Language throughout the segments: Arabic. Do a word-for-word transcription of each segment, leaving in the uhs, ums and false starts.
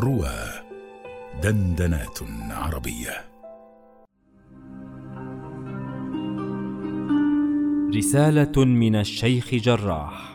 روى دندنات عربية. رسالة من الشيخ جراح.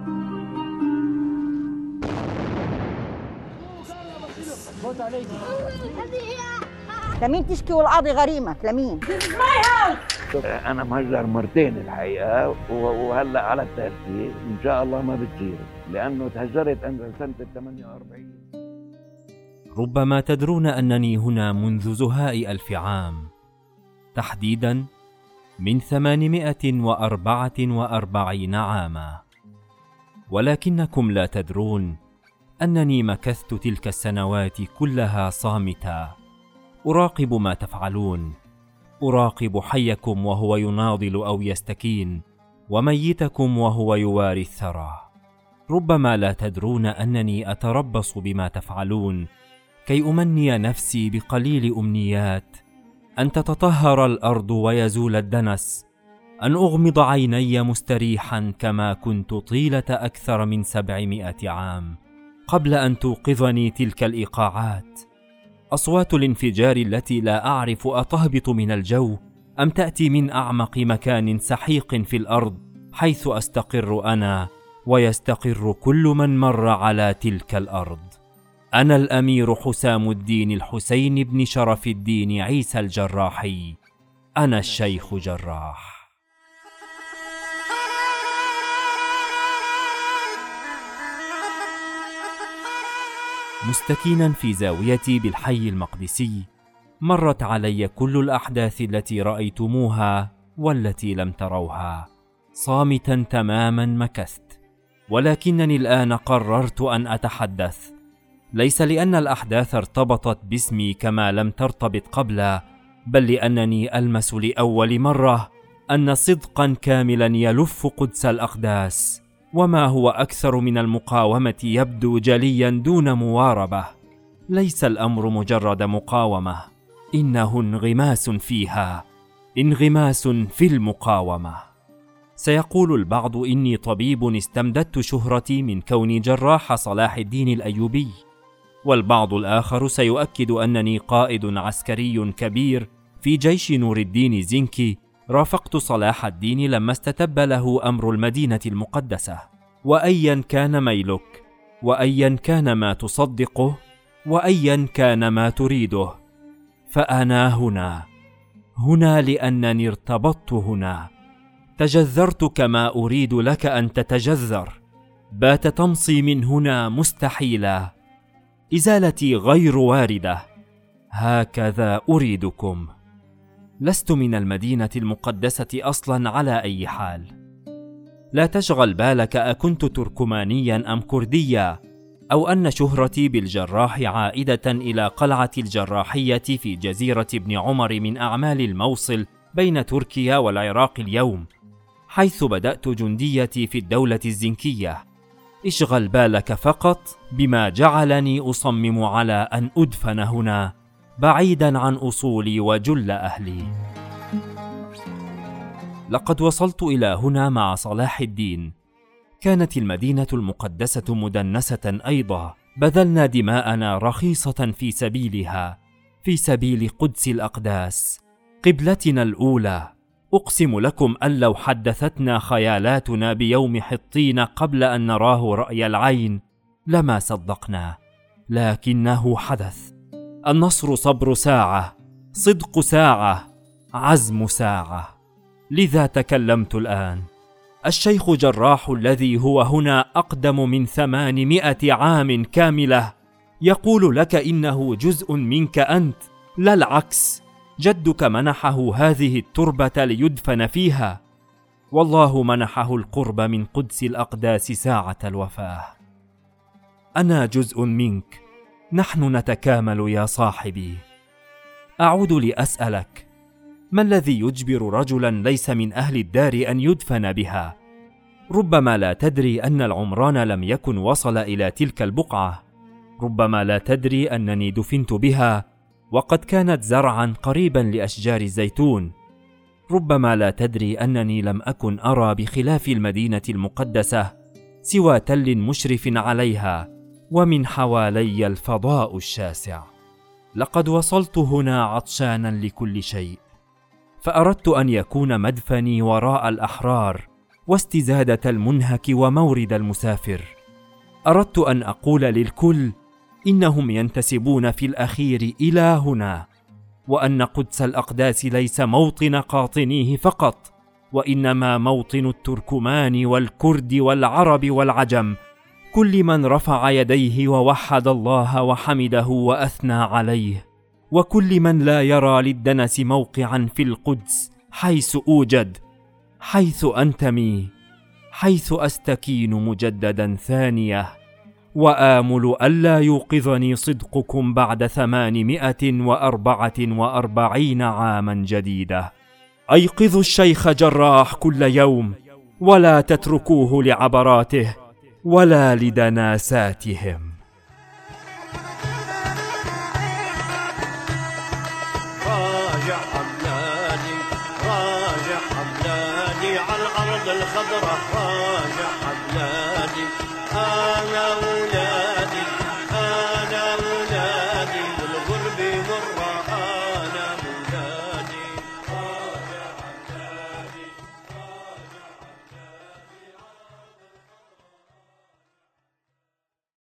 لمين تشكي والقاضي غريمك؟ لمين؟ أنا مهجر مرتين الحقيقة، وهلأ على الترتيب إن شاء الله ما بتصير، لأنه تهجرت أنا سنة الثمانية وأربعين. ربما تدرون أنني هنا منذ زهاء ألف عام، تحديدا من ثمانمائة وأربعة وأربعين عاما، ولكنكم لا تدرون أنني مكثت تلك السنوات كلها صامتا، أراقب ما تفعلون، أراقب حيكم وهو يناضل أو يستكين، وميتكم وهو يواري الثرى. ربما لا تدرون أنني أتربص بما تفعلون كي أمني نفسي بقليل أمنيات: أن تتطهر الأرض ويزول الدنس، أن أغمض عيني مستريحا كما كنت طيلة أكثر من سبعمائة عام قبل أن توقظني تلك الإيقاعات، أصوات الانفجار التي لا أعرف أتهبط من الجو أم تأتي من أعمق مكان سحيق في الأرض حيث أستقر أنا ويستقر كل من مر على تلك الأرض. أنا الأمير حسام الدين الحسين بن شرف الدين عيسى الجراحي، أنا الشيخ جراح. مستكينا في زاويتي بالحي المقدسي، مرت علي كل الأحداث التي رأيتموها والتي لم تروها، صامتا تماما مكثت، ولكنني الآن قررت أن أتحدث، ليس لأن الأحداث ارتبطت باسمي كما لم ترتبط قبل، بل لأنني ألمس لأول مرة أن صدقا كاملا يلف قدس الأقداس، وما هو أكثر من المقاومة يبدو جليا دون مواربة. ليس الأمر مجرد مقاومة، إنه انغماس فيها، انغماس في المقاومة. سيقول البعض إني طبيب استمددت شهرتي من كوني جراح صلاح الدين الأيوبي، والبعض الآخر سيؤكد أنني قائد عسكري كبير في جيش نور الدين زنكي، رافقت صلاح الدين لما استتب له أمر المدينة المقدسة. وأيا كان ميلك، وأيا كان ما تصدقه، وأيا كان ما تريده، فأنا هنا، هنا لأنني ارتبطت هنا، تجذرت كما أريد لك أن تتجذر، بات طمسي من هنا مستحيلا، إزالتي غير واردة، هكذا أريدكم. لست من المدينة المقدسة أصلا على أي حال. لا تشغل بالك أكنت تركمانيا أم كرديا، أو أن شهرتي بالجراح عائدة إلى قلعة الجراحية في جزيرة ابن عمر من أعمال الموصل بين تركيا والعراق اليوم، حيث بدأت جنديتي في الدولة الزنكية. اشغل بالك فقط بما جعلني أصمم على أن أدفن هنا، بعيدا عن أصولي وجل أهلي. لقد وصلت إلى هنا مع صلاح الدين. كانت المدينة المقدسة مدنسة أيضا، بذلنا دماءنا رخيصة في سبيلها، في سبيل قدس الأقداس، قبلتنا الأولى. أقسم لكم أن لو حدثتنا خيالاتنا بيوم حطين قبل أن نراه رأي العين لما صدقنا، لكنه حدث. النصر صبر ساعة، صدق ساعة، عزم ساعة، لذا تكلمت الآن. الشيخ جراح الذي هو هنا أقدم من ثمانمائة عام كاملة يقول لك إنه جزء منك أنت، لا العكس. جدك منحه هذه التربة ليدفن فيها، والله منحه القرب من قدس الأقداس ساعة الوفاة. أنا جزء منك، نحن نتكامل يا صاحبي. أعود لأسألك، ما الذي يجبر رجلا ليس من أهل الدار أن يدفن بها؟ ربما لا تدري أن العمران لم يكن وصل إلى تلك البقعة، ربما لا تدري أنني دفنت بها وقد كانت زرعا قريبا لأشجار الزيتون، ربما لا تدري أنني لم أكن أرى بخلاف المدينة المقدسة سوى تل مشرف عليها ومن حوالي الفضاء الشاسع. لقد وصلت هنا عطشانا لكل شيء، فأردت أن يكون مدفني وراء الأحرار واستزادة المنهك ومورد المسافر. أردت أن أقول للكل إنهم ينتسبون في الأخير إلى هنا، وأن قدس الأقداس ليس موطن قاطنيه فقط، وإنما موطن التركمان والكرد والعرب والعجم، كل من رفع يديه ووحد الله وحمده وأثنى عليه، وكل من لا يرى للدنس موقعا في القدس حيث أوجد، حيث أنتمي، حيث أستكين مجددا ثانية، وآمل ألا يوقظني صدقكم بعد ثمانمائة وأربعة وأربعين عاما جديدة. أيقظوا الشيخ جراح كل يوم، ولا تتركوه لعبراته ولا لدناساتهم. راجع حملاني راجع حملاني على الأرض الخضراء، راجع حملاني أنا ولادي